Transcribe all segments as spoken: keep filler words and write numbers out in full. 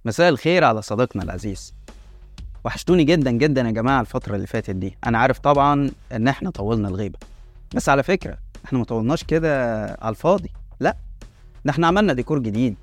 مساء الخير على صديقنا العزيز. وحشتوني جدا جدا يا جماعة الفترة اللي فاتت دي. أنا عارف طبعا إن إحنا طولنا الغيبة، بس على فكرة إحنا ما طولناش كده على الفاضي، لأ، ده إحنا عملنا ديكور جديد،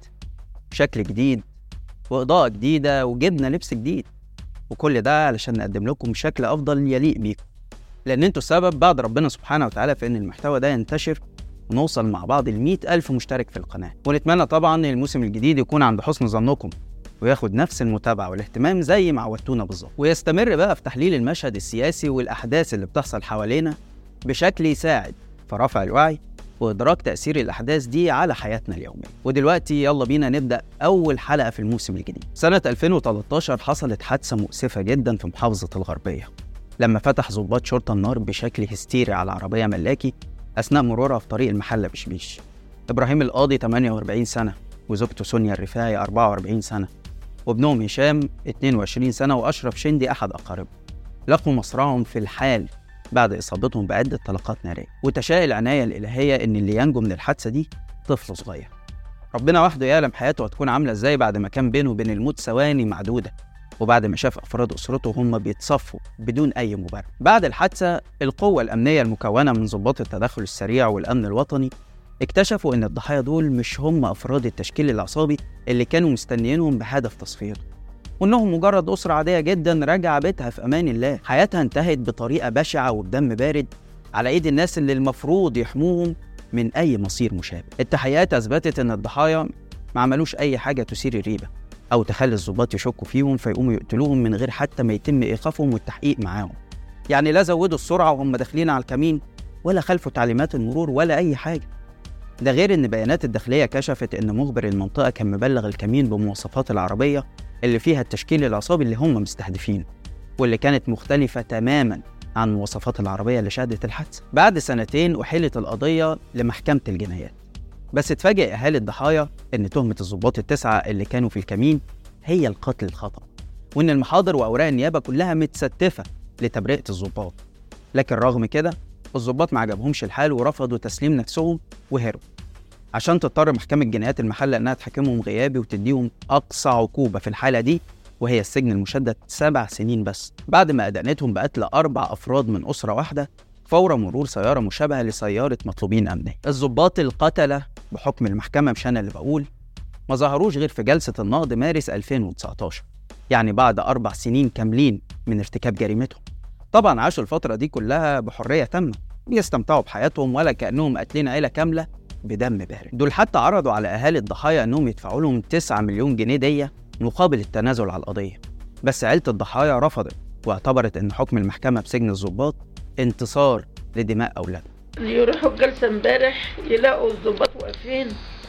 شكل جديد، وإضاءة جديدة، وجبنا لبس جديد، وكل ده علشان نقدم لكم شكل أفضل يليق بيكم، لأن أنتوا السبب بعد ربنا سبحانه وتعالى في إن المحتوى ده ينتشر ونوصل مع بعض المئة ألف مشترك في القناة. ونتمنى طبعا إن الموسم الجديد يكون عند حسن ظنكم وياخد نفس المتابعة والاهتمام زي ما عودتونا بالظبط، ويستمر بقى في تحليل المشهد السياسي والأحداث اللي بتحصل حوالينا بشكل يساعد في رفع الوعي وإدراك تأثير الأحداث دي على حياتنا اليومية. ودلوقتي يلا بينا نبدأ أول حلقة في الموسم الجديد. سنة ألفين وثلاثة عشر حصلت حادثة مؤسفة جدا في محافظة الغربية، لما فتح ضباط شرطة النار بشكل هستيري على عربية ملاكي أثناء مرورها في طريق المحلة بشبيش. إبراهيم القاضي ثمانية وأربعين سنة، وزوجته سونيا الرفاعي أربعة وأربعين سنة، وابنهم هشام اثنين وعشرين سنة، وأشرف شندي أحد أقاربه، لقوا مصرعهم في الحال بعد إصابتهم بعدة طلقات نارية. وتشاء العناية الإلهية إن اللي ينجو من الحادثة دي طفل صغير. ربنا وحده يعلم حياته هتكون عاملة إزاي بعد ما كان بينه وبين الموت ثواني معدودة، وبعد ما شاف أفراد أسرته هم بيتصفوا بدون أي مبرر. بعد الحادثة القوة الأمنية المكونة من ضباط التدخل السريع والأمن الوطني اكتشفوا إن الضحايا دول مش هم أفراد التشكيل العصابي اللي كانوا مستنيينهم بهدف تصفيته، وإنهم مجرد أسرة عادية جدا راجعة بيتها في أمان الله. حياتها انتهت بطريقة بشعة وبدم بارد على إيد الناس اللي المفروض يحموهم من أي مصير مشابه. التحقيقات أثبتت إن الضحايا ما عملوش أي حاجة تثير الريبة أو تخلي الضباط يشكوا فيهم فيقوموا يقتلوهم من غير حتى ما يتم إيقافهم والتحقيق معاهم. يعني لا زودوا السرعة وهم داخلين على الكمين، ولا خلفوا تعليمات المرور، ولا أي حاجة. ده غير إن بيانات الداخلية كشفت إن مخبر المنطقة كان مبلغ الكمين بمواصفات العربية اللي فيها التشكيل العصابي اللي هم مستهدفين، واللي كانت مختلفة تماماً عن مواصفات العربية اللي شهدت الحادثة. بعد سنتين أحيلت القضية لمحكمة الجنايات، بس اتفاجئ أهالي الضحايا إن تهمة الضباط التسعة اللي كانوا في الكمين هي القتل الخطأ، وإن المحاضر وأوراق النيابة كلها متستفة لتبرئة الضباط. لكن رغم كده الضباط ما عجبهمش الحال ورفضوا تسليم نفسهم وهربوا، عشان تضطر محكمة جنايات المحلة إنها تحاكمهم غيابي وتديهم أقصى عقوبة في الحالة دي، وهي السجن المشدد سبع سنين بس، بعد ما أدانتهم بقتل أربع أفراد من أسرة واحدة فور مرور سيارة مشابهة لسيارة مطلوبين أمنية. الضباط القتلة بحكم المحكمة، مش أنا اللي بقول، ما ظهروش غير في جلسة النقض مارس ألفين وتسعة عشر، يعني بعد أربع سنين كاملين من ارتكاب جريمتهم. طبعا عاشوا الفترة دي كلها بحرية تامة، بيستمتعوا بحياتهم ولا كأنهم قاتلين عيلة كاملة بدم بارد. دول حتى عرضوا على أهالي الضحايا أنهم يدفعوا لهم تسعة مليون جنيه دية مقابل التنازل على القضية، بس عيلة الضحايا رفضت واعتبرت أن حكم المحكمة بسجن الضباط انتصار لدماء أولادها. يروحوا الجلسة امبارح يلاقوا الضباط واقفين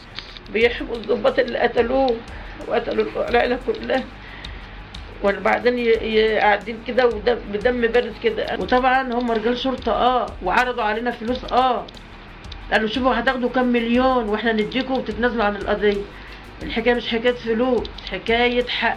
بيحموا الضباط اللي قتلوه وقتلوا العائلة كلها، وبعدين قاعدين كده بدم بارد كده. وطبعا هم رجال شرطة اه وعرضوا علينا فلوس اه قالوا شوفوا هتاخدوا كام مليون واحنا نديكم وتتنازلوا عن القضية. الحكاية مش حكاية فلوس، حكاية حق،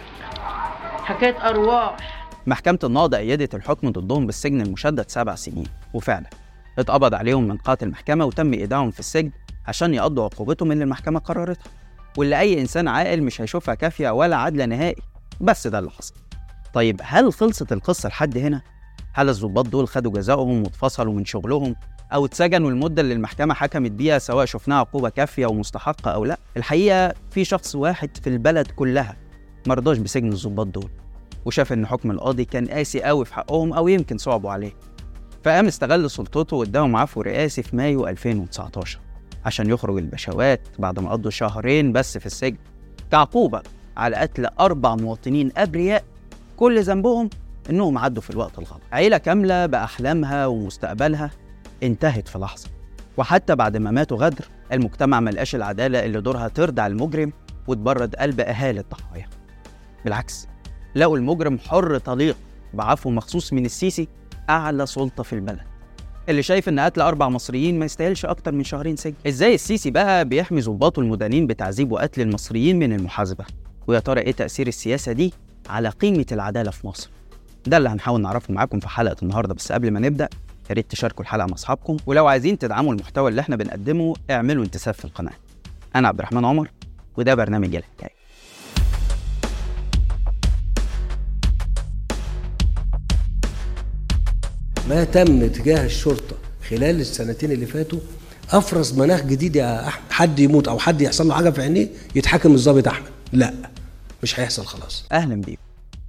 حكاية أرواح. محكمة النقض أيدت الحكم ضدهم بالسجن المشدد سبع سنين، وفعلا اتقبض عليهم من قاعة المحكمة وتم إيداعهم في السجن عشان يقضوا عقوبتهم اللي المحكمة قررتها، واللي أي إنسان عاقل مش هيشوفها كافية ولا عادلة نهائي. بس ده اللي حصل. طيب هل خلصت القصة لحد هنا؟ هل الضباط دول خدوا جزائهم واتفصلوا من شغلهم أو اتسجنوا المدة اللي المحكمة حكمت بيها سواء شفناها عقوبة كافية ومستحقة أو لا؟ الحقيقة في شخص واحد في البلد كلها مرضاش بسجن الضباط دول، وشاف إن حكم القاضي كان قاسي قوي في حقهم أو يمكن صعبوا عليه، فقام استغل سلطته واداهم عفو رئاسي في مايو ألفين وتسعة عشر عشان يخرج البشوات بعد ما قضوا شهرين بس في السجن كعقوبة على قتل أربع مواطنين أبرياء كل ذنبهم إنهم عدوا في الوقت الغلط. عيلة كاملة بأحلامها ومستقبلها انتهت في لحظة، وحتى بعد ما ماتوا غدر المجتمع ملقاش العدالة اللي دورها تردع المجرم وتبرد قلب أهالي الضحايا. بالعكس، لقوا المجرم حر طليق بعفو مخصوص من السيسي، أعلى سلطة في البلد، اللي شايف إن قتل أربع مصريين ما يستاهلش أكتر من شهرين سجن. إزاي السيسي بقى بيحمي ضباطه المدانين بتعذيب وقتل المصريين من المحاسبة؟ ويا ترى إيه تأثير السياسة دي على قيمة العدالة في مصر؟ ده اللي هنحاول نعرفه معاكم في حلقة النهاردة. بس قبل ما نبدأ يا ريت تشاركوا الحلقة مع أصحابكم، ولو عايزين تدعموا المحتوى اللي احنا بنقدمه اعملوا انتساب في القناة. أنا عبد الرحمن عمر وده برنامج الحكاية. ما تم تجاه الشرطه خلال السنتين اللي فاتوا افرز مناخ جديد يا احمد. حد يموت او حد يحصل له حاجه في عينيه يتحاكم الضابط احمد، لا مش هيحصل خلاص. اهلا بيكم.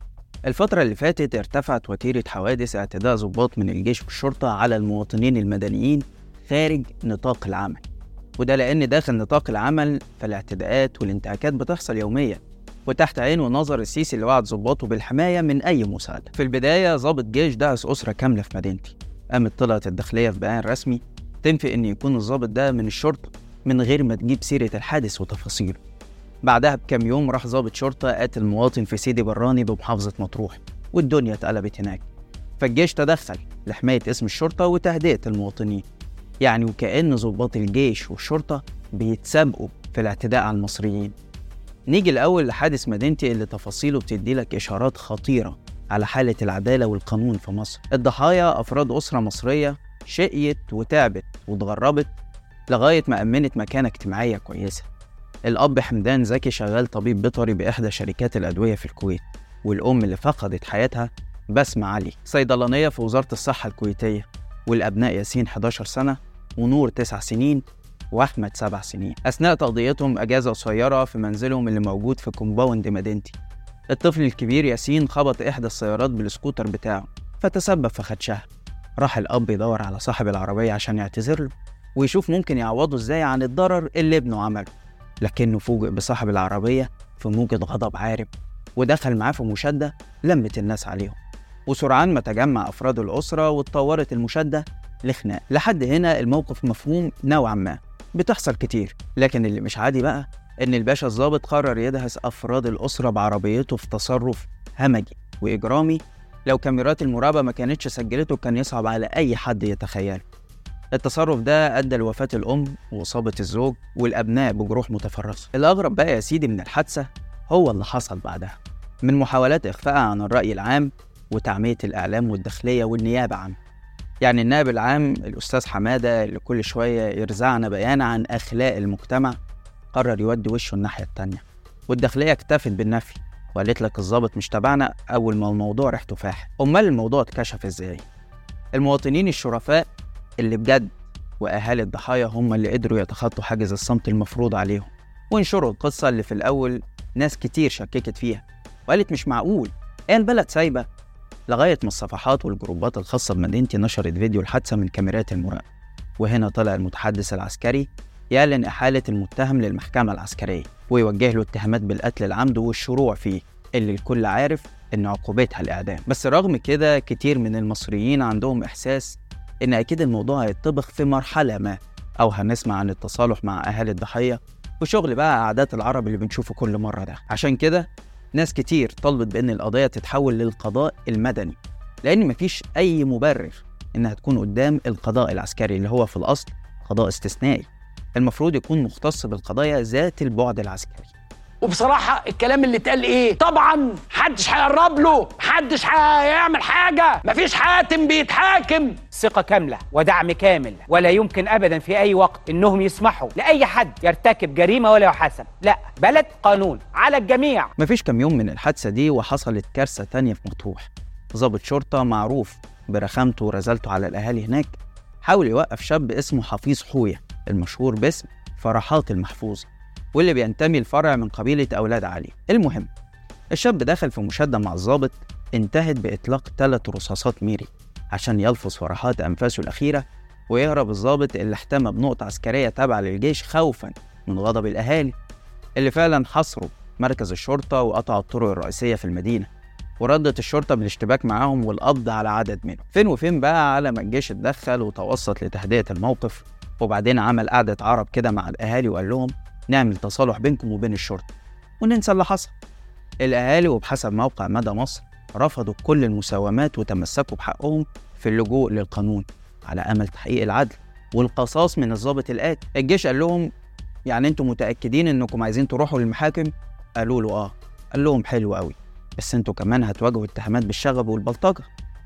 الفترة اللي فاتت ارتفعت وتيرة حوادث اعتداء ضباط من الجيش والشرطة على المواطنين المدنيين خارج نطاق العمل، وده لأن داخل نطاق العمل فالاعتداءات والانتهاكات بتحصل يوميا وتحت عين ونظر السيسي اللي وعد ضباطه بالحماية من أي مساعدة. في البداية ضابط جيش دعس أسرة كاملة في مدينتي، قامت طلعت الداخلية في بيان رسمي تنفي إن يكون الضابط ده من الشرطة من غير ما تجيب سيرة الحادث وتفاصيله. بعدها بكام يوم راح ضابط شرطة قاتل مواطن في سيدي براني بمحافظة مطروح، والدنيا اتقلبت هناك. فالجيش تدخل لحماية اسم الشرطة وتهدئة المواطنين، يعني وكأن ضباط الجيش والشرطة بيتسابقوا في الاعتداء على المصريين. نيجي الأول لحادث مدينتي اللي تفاصيله بتدي لك إشارات خطيرة على حالة العدالة والقانون في مصر. الضحايا أفراد أسرة مصرية شقيت وتعبت واتغربت لغاية ما أمنت مكانة اجتماعية كويسة. الأب حمدان زكي شغال طبيب بيطري بإحدى شركات الأدوية في الكويت، والأم اللي فقدت حياتها بسمة علي صيدلانية في وزارة الصحة الكويتية، والأبناء ياسين حداشر سنة ونور تسع سنين وأحمد سبع سنين أثناء تقضيتهم أجازة قصيرة في منزلهم اللي موجود في كومباوند مدينتي. الطفل الكبير ياسين خبط إحدى السيارات بالسكوتر بتاعه فتسبب في خدشها. راح الأب يدور على صاحب العربية عشان يعتذر له ويشوف ممكن يعوضه إزاي عن الضرر اللي ابنه عمله، لكنه فوجئ بصاحب العربية في موجة غضب عارم ودخل معاه في مشادة لمت الناس عليهم، وسرعان ما تجمع أفراد الأسرة واتطورت المشادة لخناق. لحد هنا الموقف مفهوم نوعا ما، بتحصل كتير. لكن اللي مش عادي بقى إن الباشا الضابط قرر يدهس أفراد الأسرة بعربيته في تصرف همجي وإجرامي لو كاميرات المراقبة ما كانتش سجلته كان يصعب على أي حد يتخيله. التصرف ده أدى لوفاة الأم وإصابة الزوج والأبناء بجروح متفرقة. الأغرب بقى يا سيدي من الحادثة هو اللي حصل بعدها من محاولات إخفاء عن الرأي العام وتعمية الإعلام والداخلية والنيابة عنه. يعني النائب العام الأستاذ حمادة اللي كل شوية يرزعنا بيان عن أخلاق المجتمع قرر يودي وشه الناحية التانية، والداخلية اكتفت بالنفي وقالت لك الضابط مش تبعنا أول ما الموضوع ريحته فاح. أمال الموضوع اتكشف إزاي؟ المواطنين الشرفاء اللي بجد وأهالي الضحايا هم اللي قدروا يتخطوا حاجز الصمت المفروض عليهم وينشروا القصة اللي في الأول ناس كتير شككت فيها وقالت مش معقول ايه البلد سايبة، لغاية ما الصفحات والجروبات الخاصة بمدينتي نشرت فيديو الحادثة من كاميرات المراقبة. وهنا طلع المتحدث العسكري يعلن إحالة المتهم للمحكمة العسكرية ويوجه له اتهامات بالقتل العمد والشروع فيه اللي الكل عارف إن عقوبتها الإعدام. بس رغم كده كتير من المصريين عندهم إحساس إن أكيد الموضوع هيتطبخ في مرحلة ما، أو هنسمع عن التصالح مع أهالي الضحية وشغل بقى عادات العرب اللي بنشوفه كل مرة ده. عشان كده ناس كتير طلبت بأن القضية تتحول للقضاء المدني، لأن مفيش أي مبرر إنها تكون قدام القضاء العسكري اللي هو في الأصل قضاء استثنائي المفروض يكون مختص بالقضايا ذات البعد العسكري. وبصراحة الكلام اللي اتقال ايه؟ طبعا محدش هيقرب له، محدش هيعمل حاجة، مفيش حاتم بيتحاكم. ثقة كاملة ودعم كامل، ولا يمكن أبدا في أي وقت إنهم يسمحوا لأي حد يرتكب جريمة ولا يحاسب. لا، بلد قانون على الجميع. مفيش كام يوم من الحادثة دي وحصلت كارثة تانية في مطروح. ضابط شرطة معروف برخامته ورزالته على الأهالي هناك حاول يوقف شاب اسمه حفيظ حوية المشهور باسم فرحات المحفوظ، واللي بينتمي لفرع من قبيلة أولاد علي. المهم الشاب دخل في مشادة مع الضابط انتهت بإطلاق ثلاث رصاصات ميري عشان يلفظ فرحات أنفاسه الأخيرة ويهرب الضابط اللي احتمى بنقطة عسكرية تابعة للجيش خوفا من غضب الأهالي اللي فعلا حصروا مركز الشرطة وقطعوا الطرق الرئيسية في المدينة، وردت الشرطة بالاشتباك معاهم والقبض على عدد منهم. فين وفين بقى على ما الجيش اتدخل وتوسط لتهدئة الموقف، وبعدين عمل قعدة عرب كده مع الأهالي وقال لهم نعمل تصالح بينكم وبين الشرطة وننسى اللي حصل. الأهالي وبحسب موقع مدى مصر رفضوا كل المساومات وتمسكوا بحقهم في اللجوء للقانون على أمل تحقيق العدل والقصاص من الضابط القاتل. الجيش قال لهم يعني انتم متأكدين انكم عايزين تروحوا للمحاكم؟ قالوا له اه. قال لهم حلو قوي، بس انتوا كمان هتواجهوا اتهامات بالشغب والبلطجة.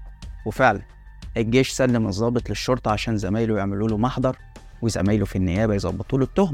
وفعلا الجيش سلم الضابط للشرطة عشان زمايله يعملوا له محضر وزمايله في النيابة يظبطوا له التهمة.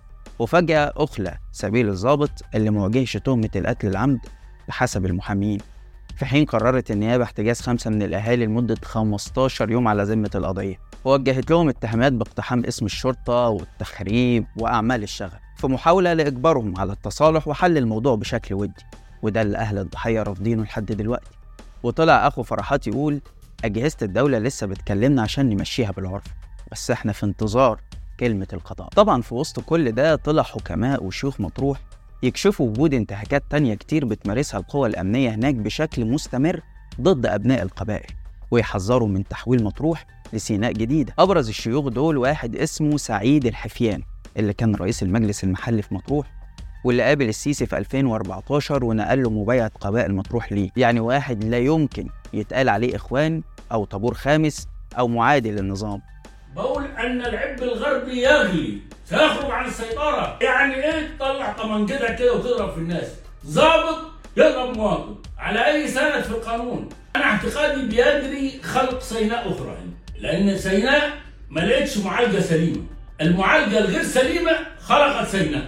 وفجأة أخلى سبيل الضابط اللي مواجهش تهمة القتل العمد بحسب المحامين، في حين قررت النيابة احتجاز خمسة من الأهالي لمدة خمستاشر يوم على ذمة القضية، ووجهت لهم اتهامات باقتحام اسم الشرطة والتخريب وأعمال الشغب في محاولة لإجبارهم على التصالح وحل الموضوع بشكل ودي، وده اللي أهل الضحية رافضينه لحد دلوقتي. وطلع أخو فرحات يقول أجهزة الدولة لسه بتكلمنا عشان نمشيها بالعرف، بس احنا في انتظار كلمة القضاء. طبعا في وسط كل ده طلع حكماء وشيوخ مطروح يكشفوا وجود انتهاكات تانية كتير بتمارسها القوى الأمنية هناك بشكل مستمر ضد أبناء القبائل، ويحذروا من تحويل مطروح لسيناء جديدة. أبرز الشيوخ دول واحد اسمه سعيد الحفيان اللي كان رئيس المجلس المحلي في مطروح، واللي قابل السيسي في ألفين وأربعتاشر ونقل له مبايعة قبائل مطروح ليه. يعني واحد لا يمكن يتقال عليه إخوان أو طابور خامس أو معادي للنظام. بقول أن العب الغربي يغلي سيخرج عن السيطرة. يعني إيه تطلع طمنجتك كده وتضرب في الناس؟ ضابط يضرب مواطن على أي سند في القانون. أنا اعتقادي بيجري خلق سيناء أخرى هنا، لأن سيناء ما لقيتش معالجة سليمة. المعالجة الغير سليمة خلقت سيناء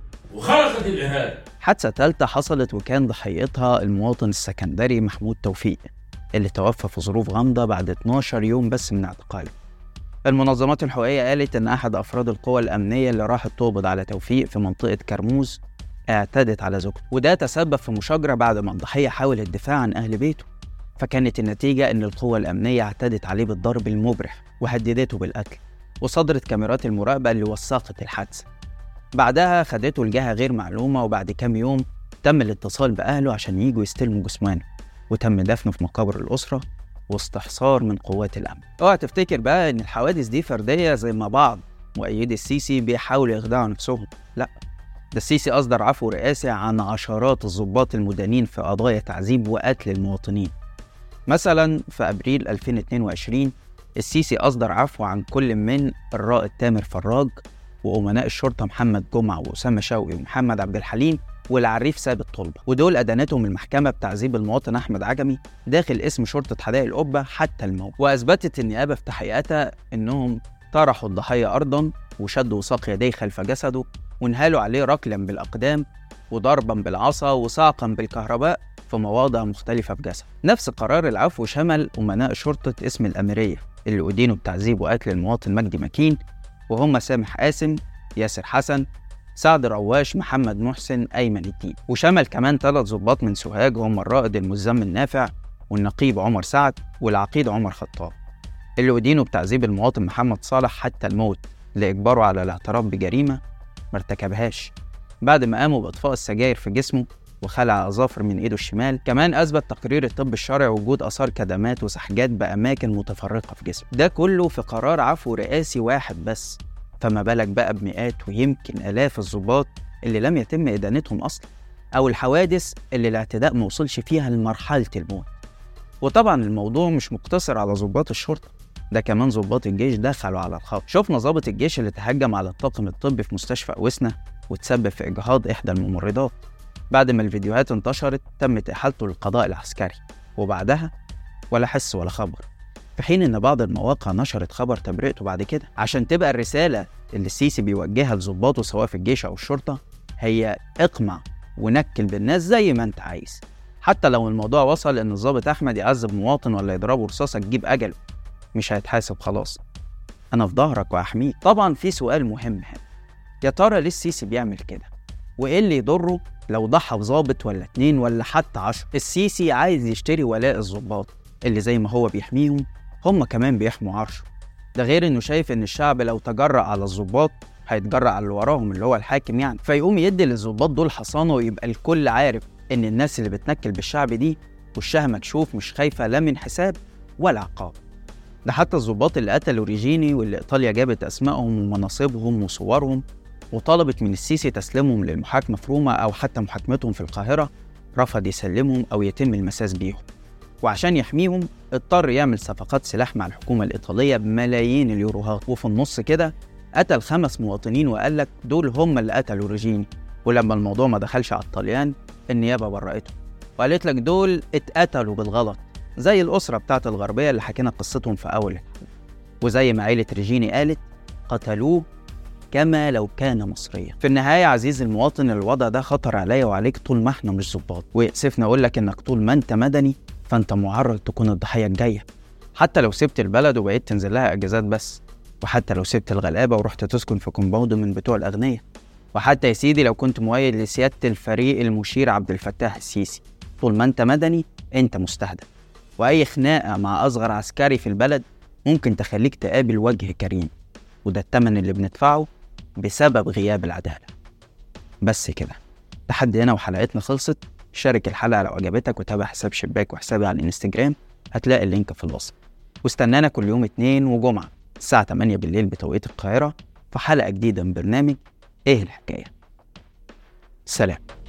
وخلقت الإرهاب. حادثة ثالثة حصلت وكان ضحيتها المواطن السكندري محمود توفيق اللي توفى في ظروف غامضة بعد اتناشر يوم بس من اعتقاله. المنظمات الحقوقية قالت إن أحد أفراد القوى الأمنية اللي راحت تقبض على توفيق في منطقة كرموز اعتدت على زوجته، وده تسبب في مشاجرة بعد ما الضحية حاول الدفاع عن أهل بيته. فكانت النتيجة إن القوى الأمنية اعتدت عليه بالضرب المبرح وهددته بالقتل، وصدرت كاميرات المراقبة اللي وثقت الحادثة. بعدها خدته الجهة غير معلومة، وبعد كام يوم تم الاتصال بأهله عشان ييجوا يستلموا جثمانه، وتم دفنه في مقابر الأسرة واستحصار من قوات الأمن. اوعى تفتكر بقى إن الحوادث دي فردية زي ما بعض مؤيدي السيسي بيحاولوا يخدعوا نفسهم، لا، ده السيسي أصدر عفو رئاسي عن عشرات الضباط المدانين في قضايا تعذيب وقتل المواطنين. مثلا في أبريل ألفين واتنين وعشرين السيسي أصدر عفو عن كل من الرائد تامر فراج وأمناء الشرطة محمد جمعة وأسامة شوقي ومحمد عبد الحليم والعريف ثابت طلبة، ودول أدانتهم المحكمة بتعذيب المواطن أحمد عجمي داخل اسم شرطة حدائق القبة حتى الموت. وأثبتت النيابة في تحقيقاتها إنهم طرحوا الضحية أرضاً وشدوا وساق يديه خلف جسده وانهالوا عليه ركلا بالأقدام وضربا بالعصا وصعقا بالكهرباء في مواضع مختلفة في جسده. نفس قرار العفو شمل أمناء شرطة اسم الأميرية اللي أدينوا بتعذيب وقتل المواطن مجدي مكين، وهم سامح قاسم، ياسر حسن، سعد رواش، محمد محسن، أيمن الدين. وشمل كمان ثلاث ضباط من سوهاج هم الرائد المزمل نافع والنقيب عمر سعد والعقيد عمر خطاب، اللي أدينوا بتعذيب المواطن محمد صالح حتى الموت لإجباره على الاعتراف بجريمة ما ارتكبهاش بعد ما قاموا بإطفاء السجاير في جسمه وخلع أظافر من إيده الشمال. كمان أثبت تقرير الطب الشرعي وجود آثار كدمات وسحجات بأماكن متفرقة في جسمه، ده كله في قرار عفو رئاسي واحد بس. فما بالك بقى بمئات ويمكن آلاف الضباط اللي لم يتم إدانتهم أصلا، أو الحوادث اللي الاعتداء ما وصلش فيها لمرحلة الموت. وطبعا الموضوع مش مقتصر على ضباط الشرطة، ده كمان ضباط الجيش دخلوا على الخط. شفنا ضابط الجيش اللي تهجم على الطاقم الطبي في مستشفى أوسنا وتسبب في إجهاض إحدى الممرضات. بعد ما الفيديوهات انتشرت تمت إحالته للقضاء العسكري، وبعدها ولا حس ولا خبر، في حين إن بعض المواقع نشرت خبر تبرئته بعد كده. عشان تبقى الرسالة اللي السيسي بيوجهها لضباطه سواء في الجيش أو الشرطة هي اقمع ونكل بالناس زي ما انت عايز، حتى لو الموضوع وصل إن الضابط أحمد يعذب مواطن ولا يضربه رصاصة تجيب أجله، مش هيتحاسب خلاص، أنا في ظهرك وأحميك. طبعا في سؤال مهم هنا، يا ترى ليه السيسي بيعمل كده؟ وإيه اللي يضره لو ضحى بظابط ولا اتنين ولا حتى عشر؟ السيسي عايز يشتري ولاء الضباط اللي زي ما هو بيحميهم هم كمان بيحموا عرشه، ده غير إنه شايف إن الشعب لو تجرأ على الضباط هيتجرأ على اللي وراهم اللي هو الحاكم يعني، فيقوم يدي للضباط دول حصانة ويبقى الكل عارف إن الناس اللي بتنكل بالشعب دي وشها مكشوف مش خايفة لا من حساب ولا عقاب. ده حتى الضباط اللي قتلوا ريجيني واللي إيطاليا جابت أسمائهم ومناصبهم وصورهم وطلبت من السيسي تسليمهم للمحاكمة في روما أو حتى محاكمتهم في القاهرة، رفض يسلمهم أو يتم المساس بيهم، وعشان يحميهم اضطر يعمل صفقات سلاح مع الحكومة الإيطالية بملايين اليوروهات. وفي النص كده قتل خمس مواطنين وقال لك دول هم اللي قتلوا ريجيني، ولما الموضوع ما دخلش على الطليان النيابة برأتهم وقالت لك دول اتقتلوا بالغلط، زي الأسرة بتاعت الغربية اللي حكينا قصتهم في أول، وزي ما عيلة ريجيني قالت قتلوه كما لو كان مصريا. في النهاية عزيزي المواطن، الوضع ده خطر عليا وعليك طول ما احنا مش ضباط، ويأسفني اقول لك انك طول ما انت مدني فانت معرض تكون الضحية الجاية، حتى لو سبت البلد وبقيت تنزل لها اجازات بس، وحتى لو سبت الغلابة ورحت تسكن في كومباوند من بتوع الاغنياء، وحتى يا سيدي لو كنت مؤيد لسيادة الفريق المشير عبد الفتاح السيسي، طول ما انت مدني انت مستهدف. واي خناقة مع اصغر عسكري في البلد ممكن تخليك تقابل وجه كريم، وده الثمن اللي بندفعه بسبب غياب العدالة. بس كده لحد هنا وحلقتنا خلصت. شارك الحلقة لو عجبتك، وتابع حساب شباك وحسابي على الانستجرام، هتلاقي اللينك في الوصف. واستنانا كل يوم اثنين وجمعة الساعة تمانية بالليل بتوقيت القاهرة في حلقة جديدة من برنامج ايه الحكاية. سلام.